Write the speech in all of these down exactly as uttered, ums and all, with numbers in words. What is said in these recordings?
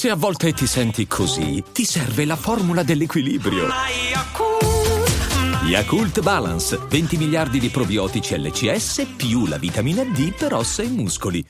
Se a volte ti senti così, ti serve la formula dell'equilibrio. Yakult Balance, venti miliardi di probiotici L C S più la vitamina D per ossa e muscoli.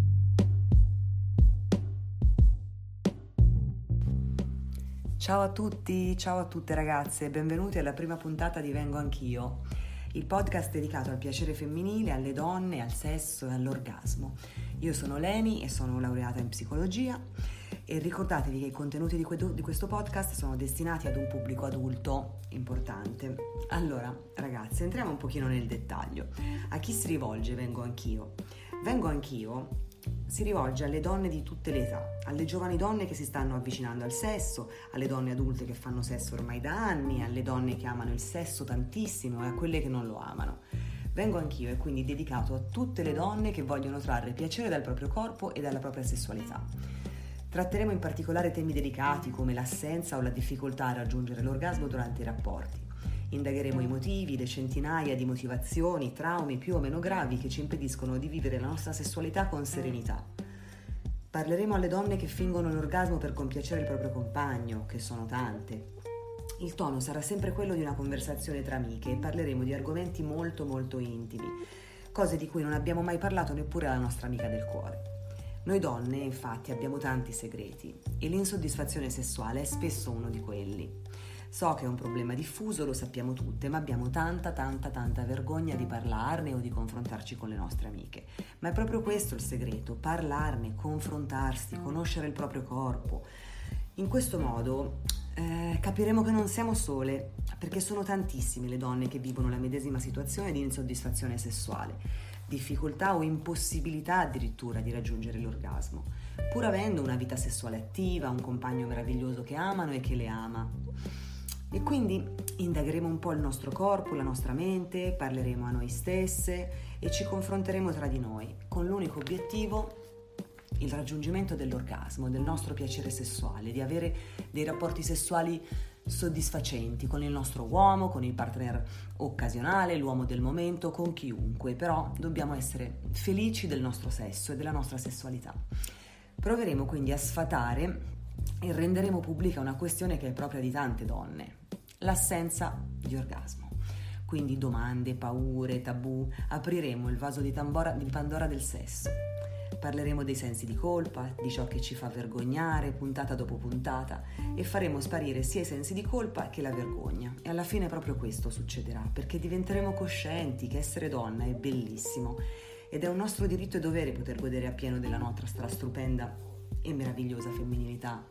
Ciao a tutti, ciao a tutte ragazze, benvenuti alla prima puntata di Vengo Anch'io, il podcast dedicato al piacere femminile, alle donne, al sesso e all'orgasmo. Io sono Leni e sono laureata in psicologia e ricordatevi che i contenuti di, que- di questo podcast sono destinati ad un pubblico adulto importante. Allora ragazze, entriamo un pochino nel dettaglio. A chi si rivolge Vengo Anch'io? Vengo Anch'io si rivolge alle donne di tutte le età, alle giovani donne che si stanno avvicinando al sesso, alle donne adulte che fanno sesso ormai da anni, alle donne che amano il sesso tantissimo e a quelle che non lo amano. Vengo Anch'io è quindi dedicato a tutte le donne che vogliono trarre piacere dal proprio corpo e dalla propria sessualità. Tratteremo in particolare temi delicati come l'assenza o la difficoltà a raggiungere l'orgasmo durante i rapporti. Indagheremo i motivi, le centinaia di motivazioni, traumi più o meno gravi che ci impediscono di vivere la nostra sessualità con serenità. Parleremo alle donne che fingono l'orgasmo per compiacere il proprio compagno, che sono tante. Il tono sarà sempre quello di una conversazione tra amiche e parleremo di argomenti molto molto intimi, cose di cui non abbiamo mai parlato neppure alla nostra amica del cuore. Noi donne, infatti, abbiamo tanti segreti e l'insoddisfazione sessuale è spesso uno di quelli. So che è un problema diffuso, lo sappiamo tutte, ma abbiamo tanta, tanta, tanta vergogna di parlarne o di confrontarci con le nostre amiche. Ma è proprio questo il segreto, parlarne, confrontarsi, conoscere il proprio corpo. In questo modo eh, capiremo che non siamo sole, perché sono tantissime le donne che vivono la medesima situazione di insoddisfazione sessuale, difficoltà o impossibilità addirittura di raggiungere l'orgasmo, pur avendo una vita sessuale attiva, un compagno meraviglioso che amano e che le ama. E quindi indagheremo un po' il nostro corpo, la nostra mente, parleremo a noi stesse e ci confronteremo tra di noi con l'unico obiettivo, il raggiungimento dell'orgasmo, del nostro piacere sessuale, di avere dei rapporti sessuali soddisfacenti con il nostro uomo, con il partner occasionale, l'uomo del momento, con chiunque, però dobbiamo essere felici del nostro sesso e della nostra sessualità. Proveremo quindi a sfatare e renderemo pubblica una questione che è propria di tante donne, l'assenza di orgasmo. Quindi domande, paure, tabù, apriremo il vaso di, tambora, di Pandora del sesso. Parleremo dei sensi di colpa, di ciò che ci fa vergognare, puntata dopo puntata, e faremo sparire sia i sensi di colpa che la vergogna. E alla fine proprio questo succederà, perché diventeremo coscienti che essere donna è bellissimo ed è un nostro diritto e dovere poter godere appieno della nostra stupenda e meravigliosa femminilità.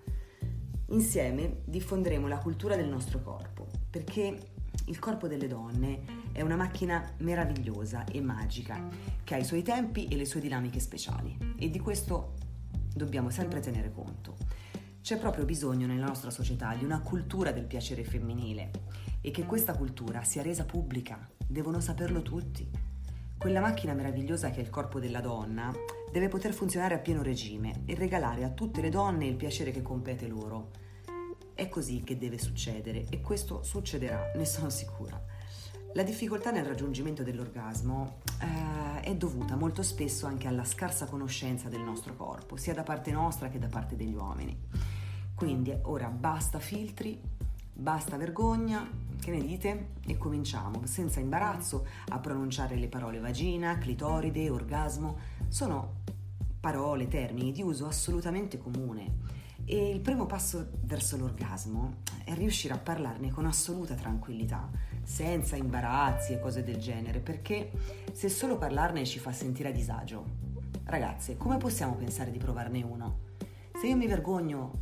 Insieme diffonderemo la cultura del nostro corpo, perché il corpo delle donne è una macchina meravigliosa e magica che ha i suoi tempi e le sue dinamiche speciali, e di questo dobbiamo sempre tenere conto. C'è proprio bisogno nella nostra società di una cultura del piacere femminile e che questa cultura sia resa pubblica, devono saperlo tutti. Quella macchina meravigliosa che è il corpo della donna deve poter funzionare a pieno regime e regalare a tutte le donne il piacere che compete loro. È così che deve succedere e questo succederà, ne sono sicura. La difficoltà nel raggiungimento dell'orgasmo eh, è dovuta molto spesso anche alla scarsa conoscenza del nostro corpo, sia da parte nostra che da parte degli uomini. Quindi ora basta filtri, basta vergogna, che ne dite? E cominciamo, senza imbarazzo, a pronunciare le parole vagina, clitoride, orgasmo. Sono parole, termini di uso assolutamente comune. E il primo passo verso l'orgasmo è riuscire a parlarne con assoluta tranquillità, senza imbarazzi e cose del genere, perché se solo parlarne ci fa sentire a disagio, ragazze, come possiamo pensare di provarne uno? Se io mi vergogno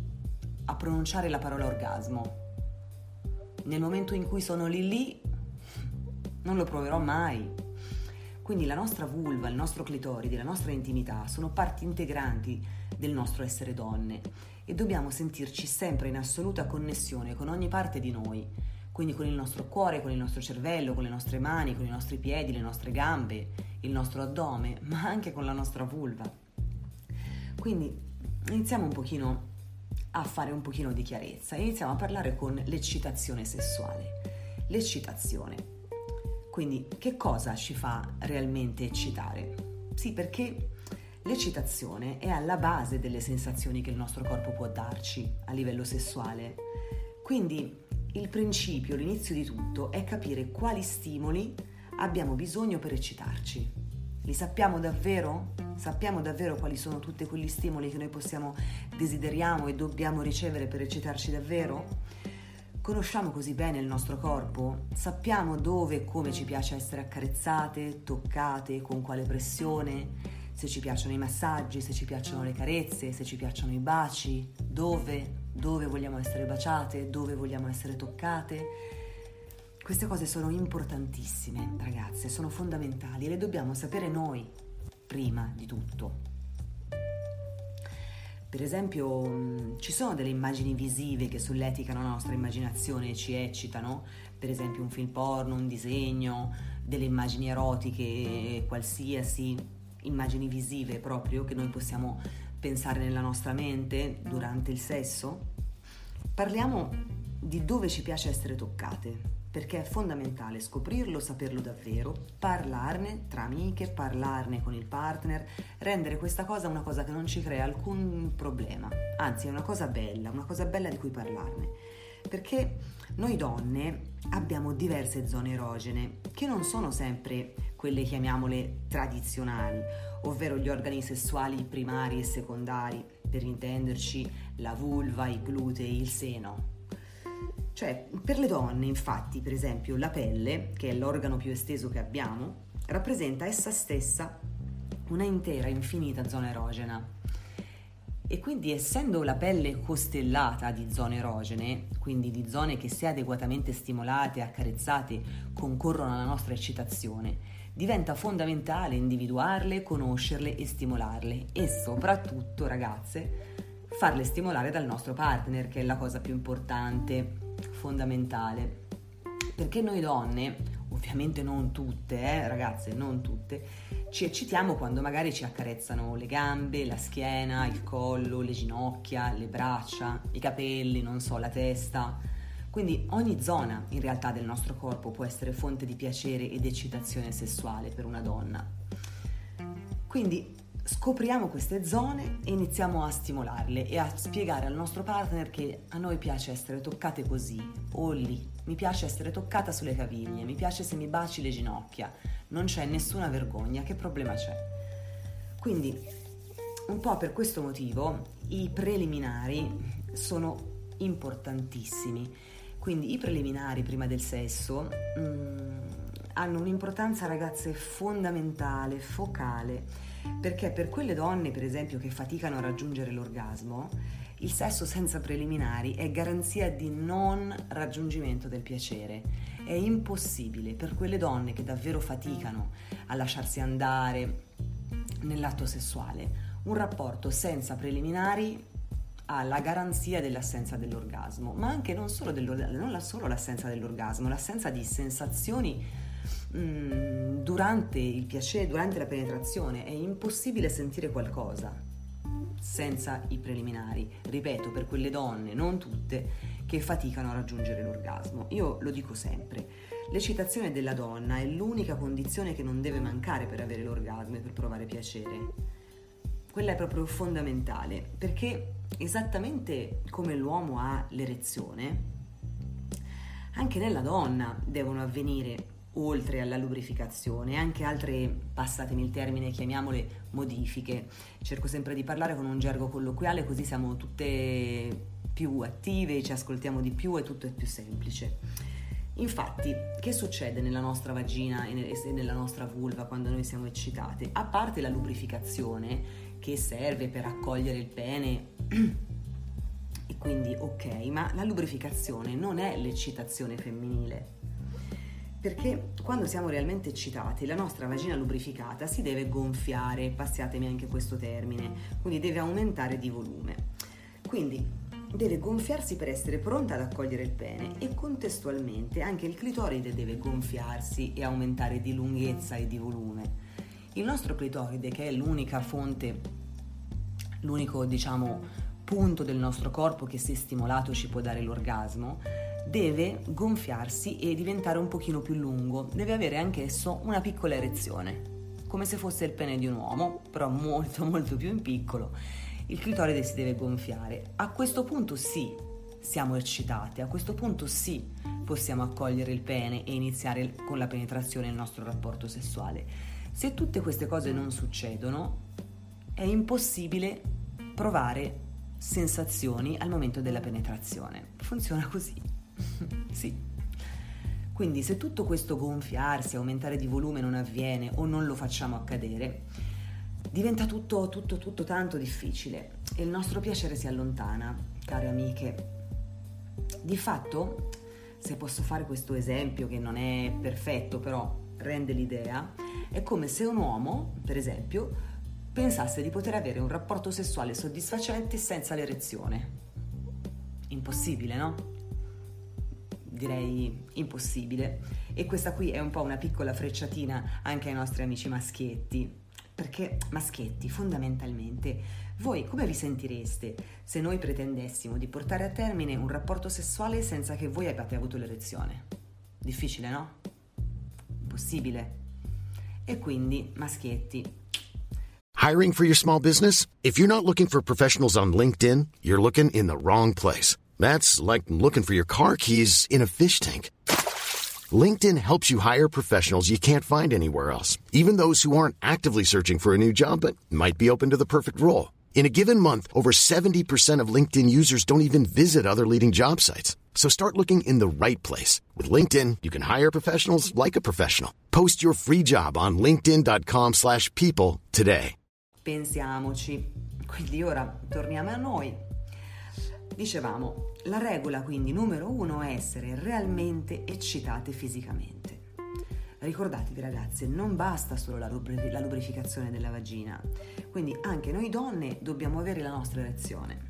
a pronunciare la parola orgasmo, nel momento in cui sono lì lì, non lo proverò mai. Quindi la nostra vulva, il nostro clitoride, la nostra intimità sono parti integranti del nostro essere donne e dobbiamo sentirci sempre in assoluta connessione con ogni parte di noi, quindi con il nostro cuore, con il nostro cervello, con le nostre mani, con i nostri piedi, le nostre gambe, il nostro addome, ma anche con la nostra vulva. Quindi iniziamo un pochino a fare un pochino di chiarezza e iniziamo a parlare con l'eccitazione sessuale. L'eccitazione. Quindi che cosa ci fa realmente eccitare? Sì, perché L'eccitazione è alla base delle sensazioni che il nostro corpo può darci a livello sessuale. Quindi il principio, l'inizio di tutto è capire quali stimoli abbiamo bisogno per eccitarci. Li sappiamo davvero? Sappiamo davvero quali sono tutti quegli stimoli che noi possiamo, desideriamo e dobbiamo ricevere per eccitarci davvero? Conosciamo così bene il nostro corpo? Sappiamo dove e come ci piace essere accarezzate, toccate, con quale pressione? Se ci piacciono i massaggi, se ci piacciono le carezze, se ci piacciono i baci, dove, dove vogliamo essere baciate, dove vogliamo essere toccate. Queste cose sono importantissime, ragazze, sono fondamentali e le dobbiamo sapere noi, prima di tutto. Per esempio, ci sono delle immagini visive che solleticano la nostra immaginazione e ci eccitano, per esempio un film porno, un disegno, delle immagini erotiche, qualsiasi, immagini visive proprio che noi possiamo pensare nella nostra mente durante il sesso. Parliamo di dove ci piace essere toccate, perché è fondamentale scoprirlo, saperlo davvero, parlarne tra amiche, parlarne con il partner, rendere questa cosa una cosa che non ci crea alcun problema, anzi è una cosa bella, una cosa bella di cui parlarne, perché noi donne abbiamo diverse zone erogene che non sono sempre quelle, chiamiamole, tradizionali, ovvero gli organi sessuali primari e secondari, per intenderci la vulva, i glutei, il seno. Cioè, per le donne, infatti, per esempio, la pelle, che è l'organo più esteso che abbiamo, rappresenta essa stessa una intera, infinita zona erogena. E quindi, essendo la pelle costellata di zone erogene, quindi di zone che, se adeguatamente stimolate e accarezzate, concorrono alla nostra eccitazione, diventa fondamentale individuarle, conoscerle e stimolarle e soprattutto, ragazze, farle stimolare dal nostro partner, che è la cosa più importante, fondamentale. Perché noi donne, ovviamente non tutte, eh, ragazze, non tutte, ci eccitiamo quando magari ci accarezzano le gambe, la schiena, il collo, le ginocchia, le braccia, i capelli, non so, la testa. Quindi ogni zona in realtà del nostro corpo può essere fonte di piacere ed eccitazione sessuale per una donna. Quindi scopriamo queste zone e iniziamo a stimolarle e a spiegare al nostro partner che a noi piace essere toccate così o lì, mi piace essere toccata sulle caviglie, mi piace se mi baci le ginocchia, non c'è nessuna vergogna, che problema c'è? Quindi un po' per questo motivo i preliminari sono importantissimi. Quindi i preliminari prima del sesso mh, hanno un'importanza, ragazze, fondamentale, focale, perché per quelle donne, per esempio, che faticano a raggiungere l'orgasmo, il sesso senza preliminari è garanzia di non raggiungimento del piacere. È impossibile per quelle donne che davvero faticano a lasciarsi andare nell'atto sessuale. Un rapporto senza preliminari ha la garanzia dell'assenza dell'orgasmo, ma anche non solo, non solo l'assenza dell'orgasmo, l'assenza di sensazioni mh, durante il piacere, durante la penetrazione. È impossibile sentire qualcosa senza i preliminari, ripeto, per quelle donne, non tutte, che faticano a raggiungere l'orgasmo. Io lo dico sempre, l'eccitazione della donna è l'unica condizione che non deve mancare per avere l'orgasmo e per provare piacere. Quella è proprio fondamentale, perché esattamente come l'uomo ha l'erezione, anche nella donna devono avvenire, oltre alla lubrificazione, anche altre, passatemi il termine, chiamiamole modifiche. Cerco sempre di parlare con un gergo colloquiale, così siamo tutte più attive, ci ascoltiamo di più e tutto è più semplice. Infatti, che succede nella nostra vagina e nella nostra vulva quando noi siamo eccitate? A parte la lubrificazione, che serve per raccogliere il pene, e quindi ok, ma la lubrificazione non è l'eccitazione femminile, perché quando siamo realmente eccitati la nostra vagina lubrificata si deve gonfiare, passiatemi anche questo termine, quindi deve aumentare di volume, quindi deve gonfiarsi per essere pronta ad accogliere il pene, e contestualmente anche il clitoride deve gonfiarsi e aumentare di lunghezza e di volume. Il nostro clitoride, che è l'unica fonte, l'unico, diciamo, punto del nostro corpo che, se stimolato, ci può dare l'orgasmo, deve gonfiarsi e diventare un pochino più lungo, deve avere anch'esso una piccola erezione. come se fosse il pene di un uomo, però molto molto più in piccolo. Il clitoride si deve gonfiare. A questo punto sì, siamo eccitate, a questo punto sì, possiamo accogliere il pene e iniziare con la penetrazione il nostro rapporto sessuale. Se tutte queste cose non succedono, è impossibile provare sensazioni al momento della penetrazione. Funziona così. Sì. Quindi se tutto questo gonfiarsi, aumentare di volume non avviene o non lo facciamo accadere, diventa tutto, tutto, tutto tanto difficile e il nostro piacere si allontana, care amiche. Di fatto, se posso fare questo esempio che non è perfetto, però rende l'idea, è come se un uomo, per esempio, pensasse di poter avere un rapporto sessuale soddisfacente senza l'erezione. Impossibile, no? Direi impossibile. E questa qui è un po' una piccola frecciatina anche ai nostri amici maschietti, perché maschietti, fondamentalmente, voi come vi sentireste se noi pretendessimo di portare a termine un rapporto sessuale senza che voi abbiate avuto l'erezione? Difficile, no? Impossibile. E quindi, maschietti. Hiring for your small business? If you're not looking for professionals on LinkedIn, you're looking in the wrong place. That's like looking for your car keys in a fish tank. LinkedIn helps you hire professionals you can't find anywhere else, even those who aren't actively searching for a new job but might be open to the perfect role. In a given month, over seventy percent of LinkedIn users don't even visit other leading job sites. So start looking in the right place. With LinkedIn, you can hire professionals like a professional. Post your free job on linkedin dot com slash people today. Pensiamoci. Quindi ora torniamo a noi. Dicevamo, la regola quindi numero uno è essere realmente eccitate fisicamente. Ricordatevi ragazze, non basta solo la, lubri- la lubrificazione della vagina, quindi anche noi donne dobbiamo avere la nostra erezione.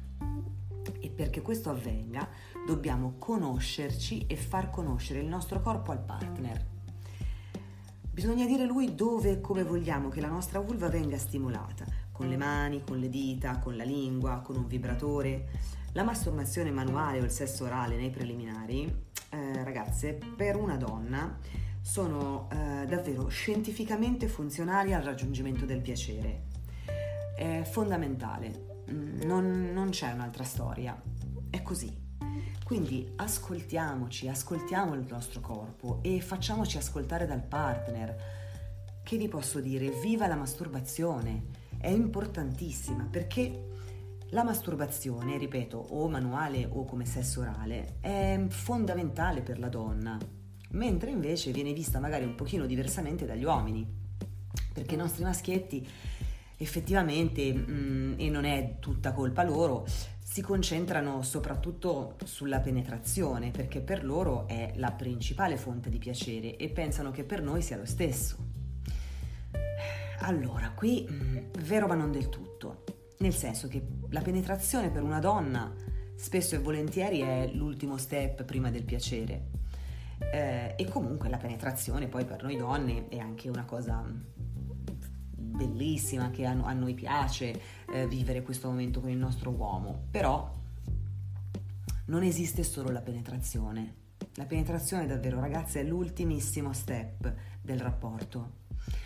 E perché questo avvenga dobbiamo conoscerci e far conoscere il nostro corpo al partner. Bisogna dire lui dove e come vogliamo che la nostra vulva venga stimolata, con le mani, con le dita, con la lingua, con un vibratore. La masturbazione manuale o il sesso orale nei preliminari, eh, ragazze, per una donna sono eh, davvero scientificamente funzionali al raggiungimento del piacere. È fondamentale, non, non c'è un'altra storia, è così. Quindi ascoltiamoci, ascoltiamo il nostro corpo e facciamoci ascoltare dal partner. Che vi posso dire? Viva la masturbazione! È importantissima perché la masturbazione, ripeto, o manuale o come sesso orale, è fondamentale per la donna, mentre invece viene vista magari un pochino diversamente dagli uomini, perché i nostri maschietti effettivamente, mh, e non è tutta colpa loro, si concentrano soprattutto sulla penetrazione, perché per loro è la principale fonte di piacere e pensano che per noi sia lo stesso. Allora, qui mh, vero ma non del tutto, nel senso che la penetrazione per una donna spesso e volentieri è l'ultimo step prima del piacere, eh, e comunque la penetrazione poi per noi donne è anche una cosa bellissima, che a, a noi piace eh, vivere questo momento con il nostro uomo, però non esiste solo la penetrazione. La penetrazione davvero, ragazze, è l'ultimissimo step del rapporto.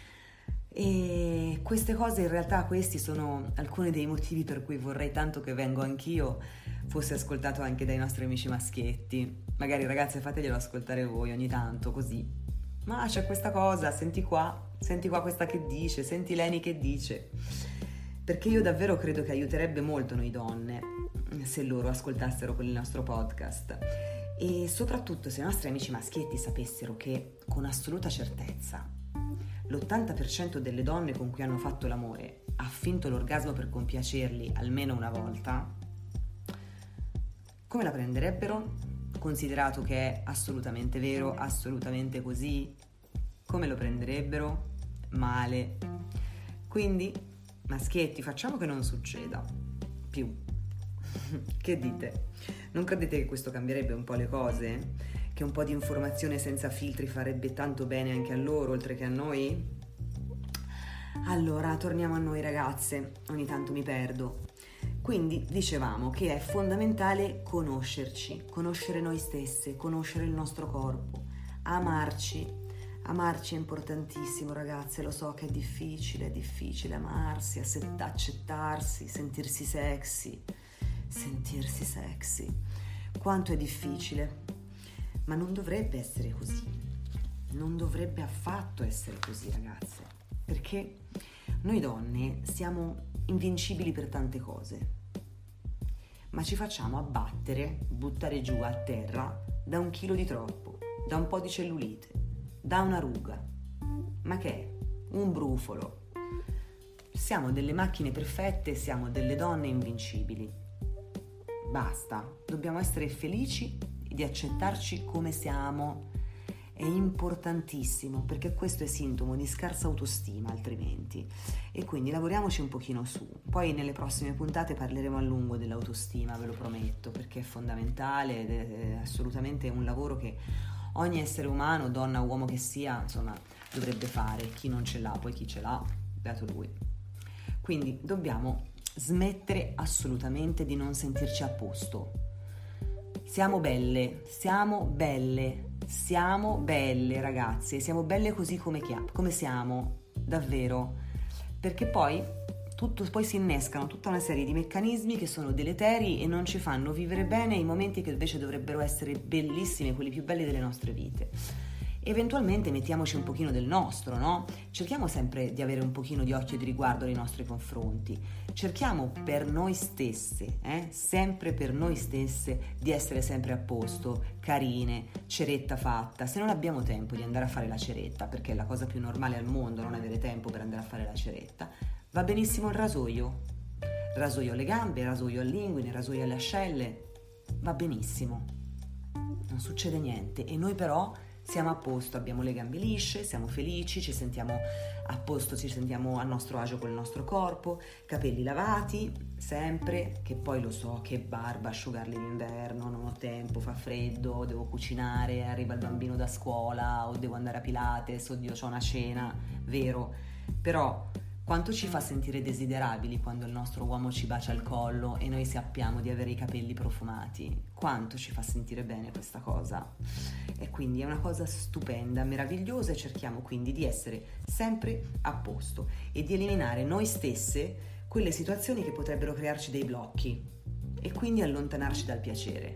E queste cose, in realtà, questi sono alcuni dei motivi per cui vorrei tanto che Vengo Anch'io fosse ascoltato anche dai nostri amici maschietti. Magari, ragazze, fateglielo ascoltare voi ogni tanto, così. Ma c'è questa cosa, senti qua, senti qua questa che dice, senti Leni che dice. Perché io davvero credo che aiuterebbe molto noi donne se loro ascoltassero quel nostro podcast. E soprattutto se i nostri amici maschietti sapessero che, con assoluta certezza, l'ottanta per cento delle donne con cui hanno fatto l'amore ha finto l'orgasmo per compiacerli almeno una volta, come la prenderebbero? Considerato che è assolutamente vero, assolutamente così, come lo prenderebbero? Male. Quindi, maschietti, facciamo che non succeda più. Che dite? Non credete che questo cambierebbe un po' le cose? Che un po' di informazione senza filtri farebbe tanto bene anche a loro, oltre che a noi? Allora, torniamo a noi ragazze, ogni tanto mi perdo. Quindi dicevamo che è fondamentale conoscerci, conoscere noi stesse, conoscere il nostro corpo, amarci, Amarci è importantissimo, ragazze, lo so che è difficile, è difficile amarsi, accettarsi, sentirsi sexy, sentirsi sexy. Quanto è difficile, ma non dovrebbe essere così, non dovrebbe affatto essere così, ragazze, perché noi donne siamo invincibili per tante cose, ma ci facciamo abbattere, buttare giù a terra da un chilo di troppo, da un po' di cellulite, da una ruga, ma che è? Un brufolo. Siamo delle macchine perfette, siamo delle donne invincibili. Basta, dobbiamo essere felici di accettarci come siamo. È importantissimo, perché questo è sintomo di scarsa autostima altrimenti, e quindi lavoriamoci un pochino su. Poi nelle prossime puntate parleremo a lungo dell'autostima, ve lo prometto, perché è fondamentale ed è assolutamente un lavoro che ogni essere umano, donna o uomo che sia, insomma, dovrebbe fare. Chi non ce l'ha, poi chi ce l'ha, beato lui. Quindi dobbiamo smettere assolutamente di non sentirci a posto. Siamo belle, siamo belle, siamo belle, ragazze, siamo belle così come, chi- come siamo, davvero, perché poi tutto, poi si innescano tutta una serie di meccanismi che sono deleteri e non ci fanno vivere bene i momenti che invece dovrebbero essere bellissimi, quelli più belli delle nostre vite. Eventualmente mettiamoci un pochino del nostro, no? Cerchiamo sempre di avere un pochino di occhio e di riguardo nei nostri confronti. Cerchiamo per noi stesse, eh? sempre per noi stesse, di essere sempre a posto, carine, ceretta fatta. Se non abbiamo tempo di andare a fare la ceretta, perché è la cosa più normale al mondo non avere tempo per andare a fare la ceretta, va benissimo il rasoio. Rasoio alle gambe, rasoio all'inguine, rasoio alle ascelle, va benissimo. Non succede niente e noi però siamo a posto, abbiamo le gambe lisce, siamo felici, ci sentiamo a posto, ci sentiamo a nostro agio con il nostro corpo, capelli lavati, sempre, che poi lo so che barba asciugarli d'inverno, non ho tempo, fa freddo, devo cucinare, arriva il bambino da scuola o devo andare a Pilates, oddio c'ho una cena, vero, però quanto ci fa sentire desiderabili quando il nostro uomo ci bacia il collo e noi sappiamo di avere i capelli profumati. Quanto ci fa sentire bene questa cosa. E quindi è una cosa stupenda, meravigliosa, e cerchiamo quindi di essere sempre a posto e di eliminare noi stesse quelle situazioni che potrebbero crearci dei blocchi e quindi allontanarci dal piacere.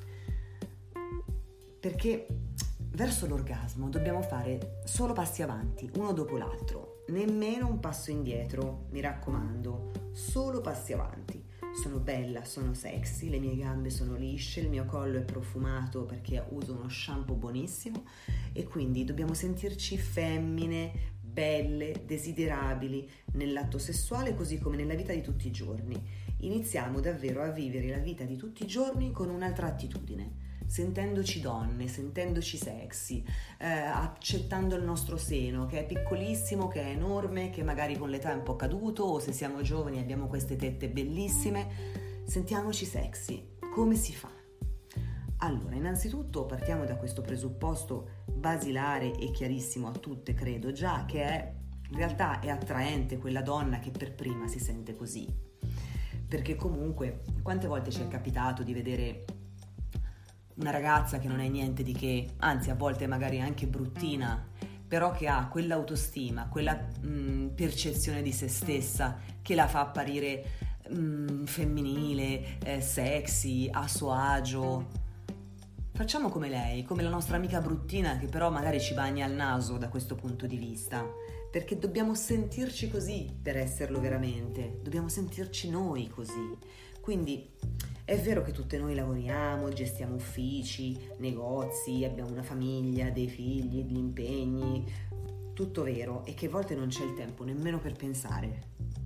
Perché verso l'orgasmo dobbiamo fare solo passi avanti, uno dopo l'altro. Nemmeno un passo indietro, mi raccomando, solo passi avanti. Sono bella, sono sexy, le mie gambe sono lisce, il mio collo è profumato perché uso uno shampoo buonissimo e quindi dobbiamo sentirci femmine, belle, desiderabili nell'atto sessuale così come nella vita di tutti i giorni. Iniziamo davvero a vivere la vita di tutti i giorni con un'altra attitudine. Sentendoci donne, sentendoci sexy, eh, accettando il nostro seno che è piccolissimo, che è enorme, che magari con l'età è un po' caduto, o se siamo giovani abbiamo queste tette bellissime. Sentiamoci sexy. Come si fa? Allora, innanzitutto partiamo da questo presupposto basilare e chiarissimo a tutte, credo già, che è in realtà è attraente quella donna che per prima si sente così. Perché comunque, quante volte ci è capitato di vedere una ragazza che non è niente di che, anzi a volte magari anche bruttina, però che ha quell'autostima, quella mh, percezione di se stessa che la fa apparire mh, femminile, eh, sexy, a suo agio. Facciamo come lei, come la nostra amica bruttina che però magari ci bagna il naso da questo punto di vista, perché dobbiamo sentirci così per esserlo veramente, dobbiamo sentirci noi così. Quindi è vero che tutte noi lavoriamo, gestiamo uffici, negozi, abbiamo una famiglia, dei figli, degli impegni, tutto vero, e che a volte non c'è il tempo nemmeno per pensare.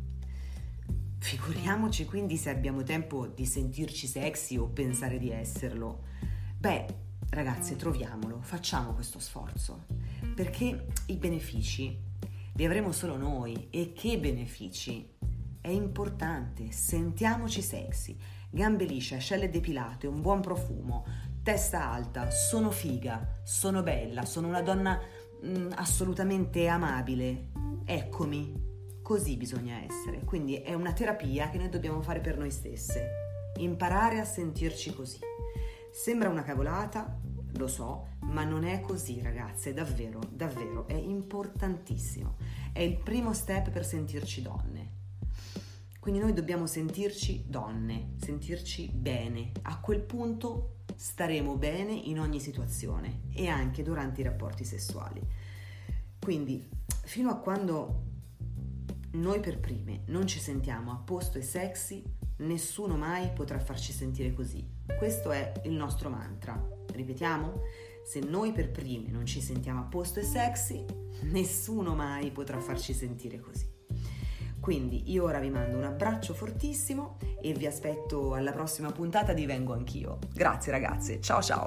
Figuriamoci quindi se abbiamo tempo di sentirci sexy o pensare di esserlo. Beh, ragazze, troviamolo, facciamo questo sforzo, perché i benefici li avremo solo noi. E che benefici? È importante, sentiamoci sexy. Gambe lisce, ascelle depilate, un buon profumo, testa alta, sono figa, sono bella, sono una donna mh, assolutamente amabile. Eccomi, così bisogna essere. Quindi è una terapia che noi dobbiamo fare per noi stesse, imparare a sentirci così. Sembra una cavolata, lo so, ma non è così, ragazze, davvero, davvero, è importantissimo. È il primo step per sentirci donne. Quindi noi dobbiamo sentirci donne, sentirci bene. A quel punto staremo bene in ogni situazione e anche durante i rapporti sessuali. Quindi, fino a quando noi per prime non ci sentiamo a posto e sexy, nessuno mai potrà farci sentire così. Questo è il nostro mantra. Ripetiamo? Se noi per prime non ci sentiamo a posto e sexy, nessuno mai potrà farci sentire così. Quindi io ora vi mando un abbraccio fortissimo e vi aspetto alla prossima puntata di Vengo Anch'io. Grazie ragazze, ciao ciao!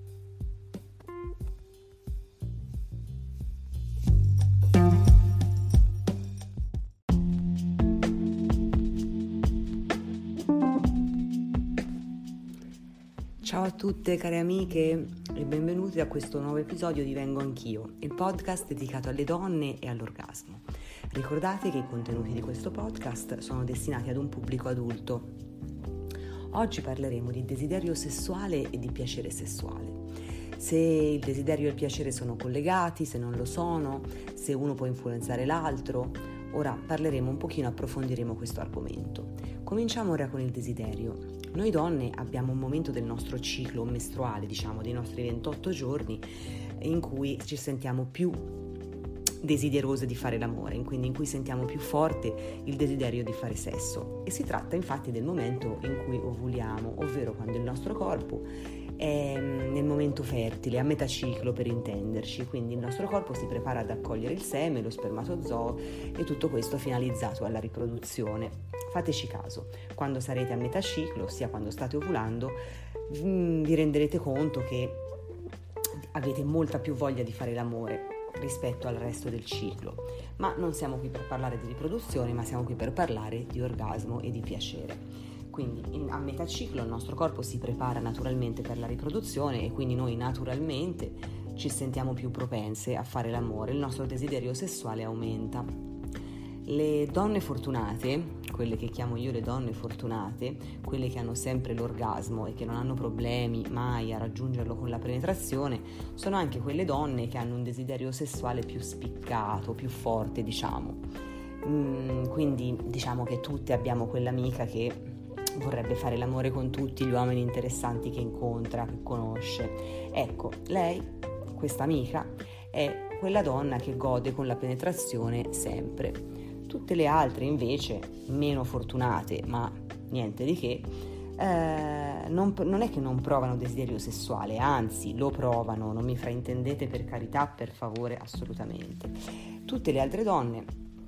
Ciao a tutte care amiche e benvenuti a questo nuovo episodio di Vengo Anch'io, il podcast dedicato alle donne e all'orgasmo. Ricordate che i contenuti di questo podcast sono destinati ad un pubblico adulto. Oggi parleremo di desiderio sessuale e di piacere sessuale. Se il desiderio e il piacere sono collegati, se non lo sono, se uno può influenzare l'altro. Ora parleremo un pochino, approfondiremo questo argomento. Cominciamo ora con il desiderio. Noi donne abbiamo un momento del nostro ciclo mestruale, diciamo dei nostri ventotto giorni, in cui ci sentiamo più desiderose di fare l'amore, quindi in cui sentiamo più forte il desiderio di fare sesso. E si tratta infatti del momento in cui ovuliamo, ovvero quando il nostro corpo è nel momento fertile, a metà ciclo per intenderci, quindi il nostro corpo si prepara ad accogliere il seme, lo spermatozoo e tutto questo finalizzato alla riproduzione. Fateci caso, quando sarete a metà ciclo, ossia quando state ovulando, vi renderete conto che avete molta più voglia di fare l'amore rispetto al resto del ciclo. Ma non siamo qui per parlare di riproduzione, ma siamo qui per parlare di orgasmo e di piacere. Quindi in, a metà ciclo il nostro corpo si prepara naturalmente per la riproduzione e quindi noi naturalmente ci sentiamo più propense a fare l'amore, il nostro desiderio sessuale aumenta. Le donne fortunate, quelle che chiamo io le donne fortunate, quelle che hanno sempre l'orgasmo e che non hanno problemi mai a raggiungerlo con la penetrazione, sono anche quelle donne che hanno un desiderio sessuale più spiccato, più forte, diciamo. Mm, quindi diciamo che tutte abbiamo quell'amica che vorrebbe fare l'amore con tutti gli uomini interessanti che incontra, che conosce. Ecco, lei, questa amica, è quella donna che gode con la penetrazione sempre. Tutte le altre invece, meno fortunate, ma niente di che, eh, non, non è che non provano desiderio sessuale, anzi lo provano, non mi fraintendete per carità, per favore, assolutamente. Tutte le altre donne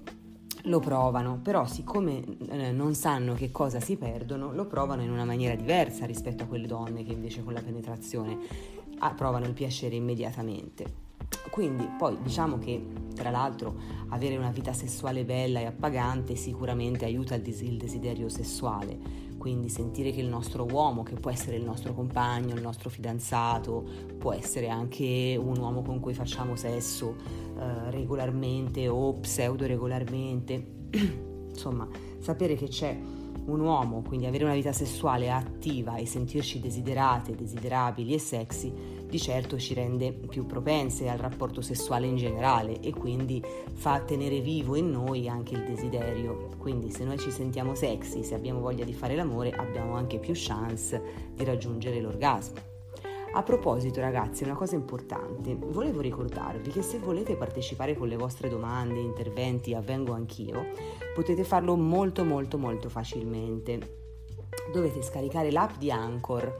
lo provano, però siccome eh, non sanno che cosa si perdono, lo provano in una maniera diversa rispetto a quelle donne che invece con la penetrazione ah, provano il piacere immediatamente. Quindi poi diciamo che tra l'altro avere una vita sessuale bella e appagante sicuramente aiuta il, des- il desiderio sessuale, quindi sentire che il nostro uomo, che può essere il nostro compagno, il nostro fidanzato, può essere anche un uomo con cui facciamo sesso eh, regolarmente o pseudo regolarmente, insomma sapere che c'è un uomo, quindi avere una vita sessuale attiva e sentirci desiderate, desiderabili e sexy, di certo ci rende più propense al rapporto sessuale in generale e quindi fa tenere vivo in noi anche il desiderio. Quindi se noi ci sentiamo sexy, se abbiamo voglia di fare l'amore, abbiamo anche più chance di raggiungere l'orgasmo. A proposito ragazzi, una cosa importante, volevo ricordarvi che se volete partecipare con le vostre domande, interventi a Vengo Anch'io, potete farlo molto molto molto facilmente. Dovete scaricare l'app di Anchor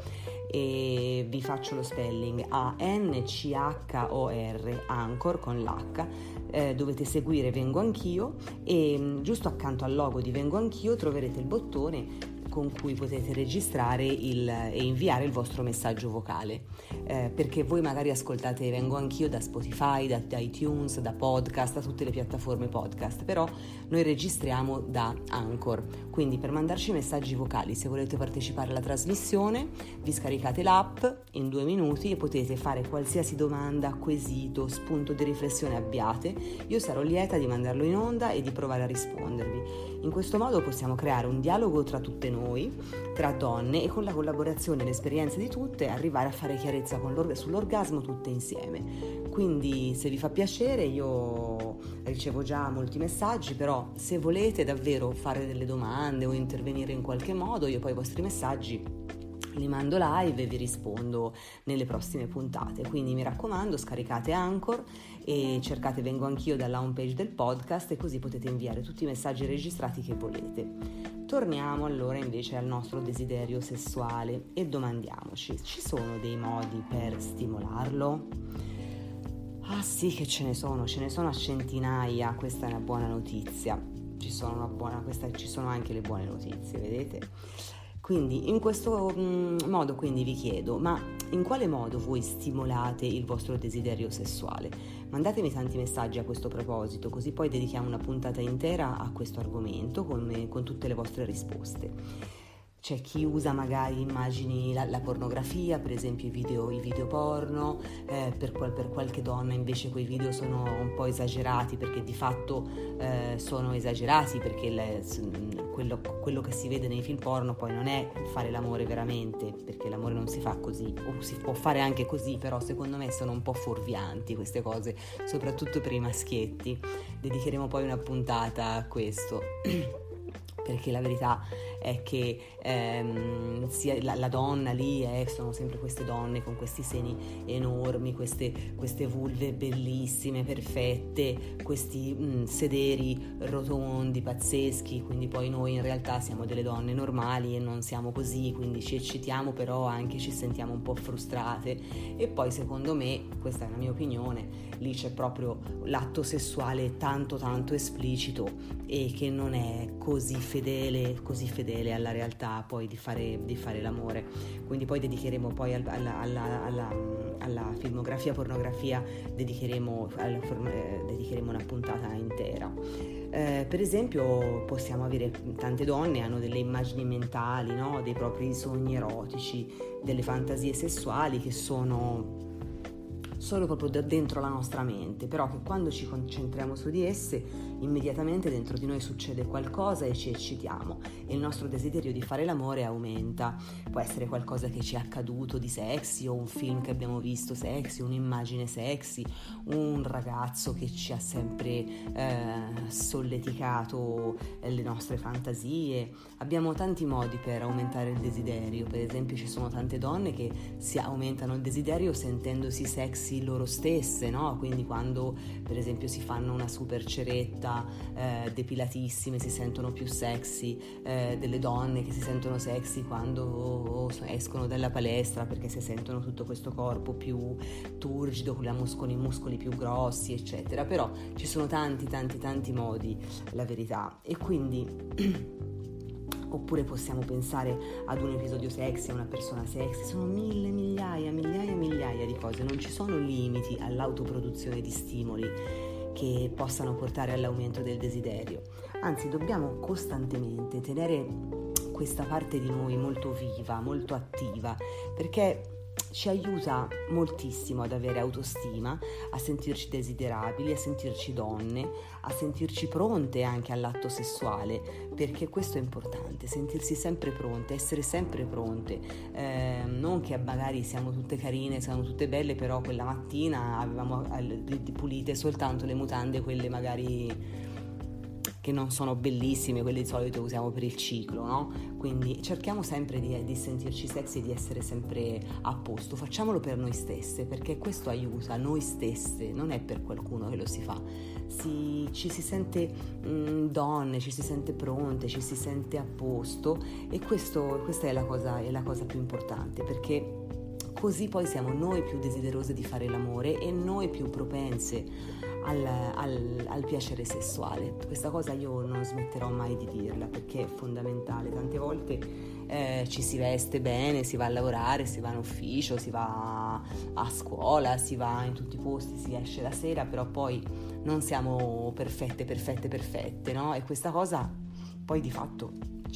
e vi faccio lo spelling A N C H O R, Anchor con l'H. Eh, dovete seguire Vengo Anch'io e giusto accanto al logo di Vengo Anch'io troverete il bottone con cui potete registrare il, e inviare il vostro messaggio vocale, eh, perché voi magari ascoltate Vengo Anch'io da Spotify, da, da iTunes, da podcast, da tutte le piattaforme podcast, però noi registriamo da Anchor, quindi per mandarci messaggi vocali, se volete partecipare alla trasmissione, vi scaricate l'app in due minuti e potete fare qualsiasi domanda, quesito, spunto di riflessione abbiate, io sarò lieta di mandarlo in onda e di provare a rispondervi. In questo modo possiamo creare un dialogo tra tutte noi, tra donne, e con la collaborazione e l'esperienza di tutte arrivare a fare chiarezza con l'org- sull'orgasmo tutte insieme. Quindi se vi fa piacere, io ricevo già molti messaggi, però se volete davvero fare delle domande o intervenire in qualche modo, io poi i vostri messaggi li mando live e vi rispondo nelle prossime puntate. Quindi mi raccomando, scaricate Anchor e cercate Vengo Anch'io dalla homepage del podcast, e così potete inviare tutti i messaggi registrati che volete. Torniamo allora invece al nostro desiderio sessuale e domandiamoci: ci sono dei modi per stimolarlo? Ah sì che ce ne sono, ce ne sono a centinaia. Questa è una buona notizia, ci sono, una buona, questa, ci sono anche le buone notizie, vedete? Quindi in questo mh, modo quindi vi chiedo, ma in quale modo voi stimolate il vostro desiderio sessuale? Mandatemi tanti messaggi a questo proposito, così poi dedichiamo una puntata intera a questo argomento con, con tutte le vostre risposte. C'è chi usa magari immagini, la, la pornografia, per esempio i video, i video porno, eh, per, qual, per qualche donna invece quei video sono un po' esagerati, perché di fatto eh, sono esagerati, perché le, quello, quello che si vede nei film porno poi non è fare l'amore veramente, perché l'amore non si fa così, o si può fare anche così, però secondo me sono un po' fuorvianti queste cose, soprattutto per i maschietti. Dedicheremo poi una puntata a questo. Perché la verità è che ehm, sia la, la donna lì eh, sono sempre queste donne con questi seni enormi, queste, queste vulve bellissime, perfette, questi mh, sederi rotondi, pazzeschi, quindi poi noi in realtà siamo delle donne normali e non siamo così, quindi ci eccitiamo, però anche ci sentiamo un po' frustrate. E poi secondo me, questa è la mia opinione, lì c'è proprio l'atto sessuale tanto tanto esplicito e che non è così fedele, così fedele alla realtà poi di fare, di fare l'amore. Quindi poi dedicheremo poi al, alla, alla, alla, alla filmografia, pornografia, dedicheremo, alla, eh, dedicheremo una puntata intera. Eh, per esempio possiamo avere, tante donne hanno delle immagini mentali, no? Dei propri sogni erotici, delle fantasie sessuali che sono solo proprio da dentro la nostra mente, però che quando ci concentriamo su di esse immediatamente dentro di noi succede qualcosa e ci eccitiamo e il nostro desiderio di fare l'amore aumenta. Può essere qualcosa che ci è accaduto di sexy, o un film che abbiamo visto sexy, un'immagine sexy, un ragazzo che ci ha sempre eh, solleticato le nostre fantasie. Abbiamo tanti modi per aumentare il desiderio. Per esempio ci sono tante donne che si aumentano il desiderio sentendosi sexy loro stesse, no? Quindi quando per esempio si fanno una super ceretta, eh, depilatissime, si sentono più sexy, eh, delle donne che si sentono sexy quando escono dalla palestra perché si sentono tutto questo corpo più turgido, con, la muscoli, muscoli più grossi, eccetera. Però ci sono tanti tanti tanti modi, la verità. E quindi oppure possiamo pensare ad un episodio sexy, a una persona sexy. Sono mille, migliaia, migliaia e migliaia di cose. Non ci sono limiti all'autoproduzione di stimoli che possano portare all'aumento del desiderio. Anzi, dobbiamo costantemente tenere questa parte di noi molto viva, molto attiva, perché ci aiuta moltissimo ad avere autostima, a sentirci desiderabili, a sentirci donne, a sentirci pronte anche all'atto sessuale, perché questo è importante, sentirsi sempre pronte, essere sempre pronte, eh, non che magari siamo tutte carine, siamo tutte belle, però quella mattina avevamo pulite soltanto le mutande, quelle magari che non sono bellissime, quelle di solito usiamo per il ciclo, no? Quindi cerchiamo sempre di, di sentirci sexy e di essere sempre a posto. Facciamolo per noi stesse, perché questo aiuta noi stesse, non è per qualcuno che lo si fa. Si, ci si sente mh, donne, ci si sente pronte, ci si sente a posto, e questo, questa è la cosa, è la cosa più importante, perché così poi siamo noi più desiderose di fare l'amore e noi più propense Al, al, al piacere sessuale. Questa cosa io non smetterò mai di dirla, perché è fondamentale. Tante volte eh, ci si veste bene, si va a lavorare, si va in ufficio, si va a scuola, si va in tutti i posti, si esce la sera, però poi non siamo perfette, perfette, perfette, no? E questa cosa poi di fatto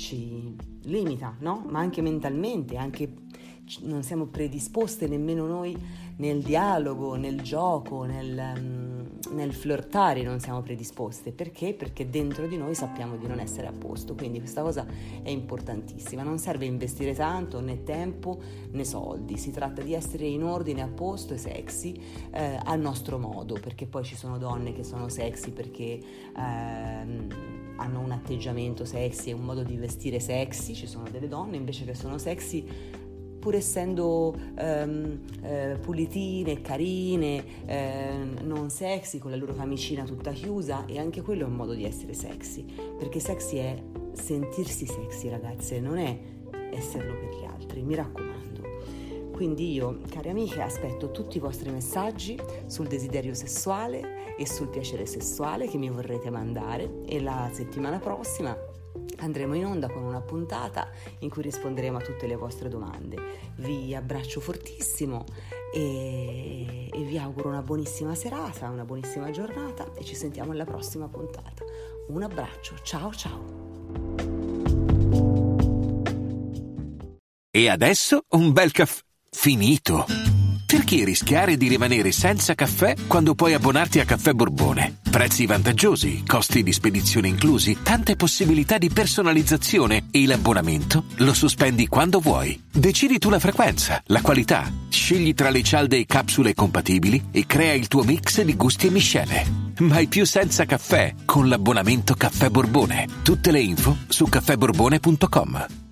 ci limita, no? Ma anche mentalmente, anche non siamo predisposte nemmeno noi nel dialogo, nel gioco, nel, nel flirtare non siamo predisposte. Perché? Perché dentro di noi sappiamo di non essere a posto, quindi questa cosa è importantissima. Non serve investire tanto né tempo né soldi, si tratta di essere in ordine, a posto e sexy eh, al nostro modo, perché poi ci sono donne che sono sexy perché ehm, hanno un atteggiamento sexy e un modo di vestire sexy, ci sono delle donne invece che sono sexy pur essendo ehm, eh, pulitine, carine, ehm, non sexy, con la loro camicina tutta chiusa, e anche quello è un modo di essere sexy, perché sexy è sentirsi sexy, ragazze, non è esserlo per gli altri, mi raccomando. Quindi io, cari amiche, aspetto tutti i vostri messaggi sul desiderio sessuale e sul piacere sessuale che mi vorrete mandare, e la settimana prossima andremo in onda con una puntata in cui risponderemo a tutte le vostre domande. Vi abbraccio fortissimo e, e vi auguro una buonissima serata, una buonissima giornata, e ci sentiamo alla prossima puntata. Un abbraccio, ciao ciao. E adesso un bel caffè finito. Perché rischiare di rimanere senza caffè quando puoi abbonarti a Caffè Borbone? Prezzi vantaggiosi, costi di spedizione inclusi, tante possibilità di personalizzazione, e l'abbonamento lo sospendi quando vuoi. Decidi tu la frequenza, la qualità, scegli tra le cialde e capsule compatibili e crea il tuo mix di gusti e miscele. Mai più senza caffè con l'abbonamento Caffè Borbone. Tutte le info su caffè borbone punto com.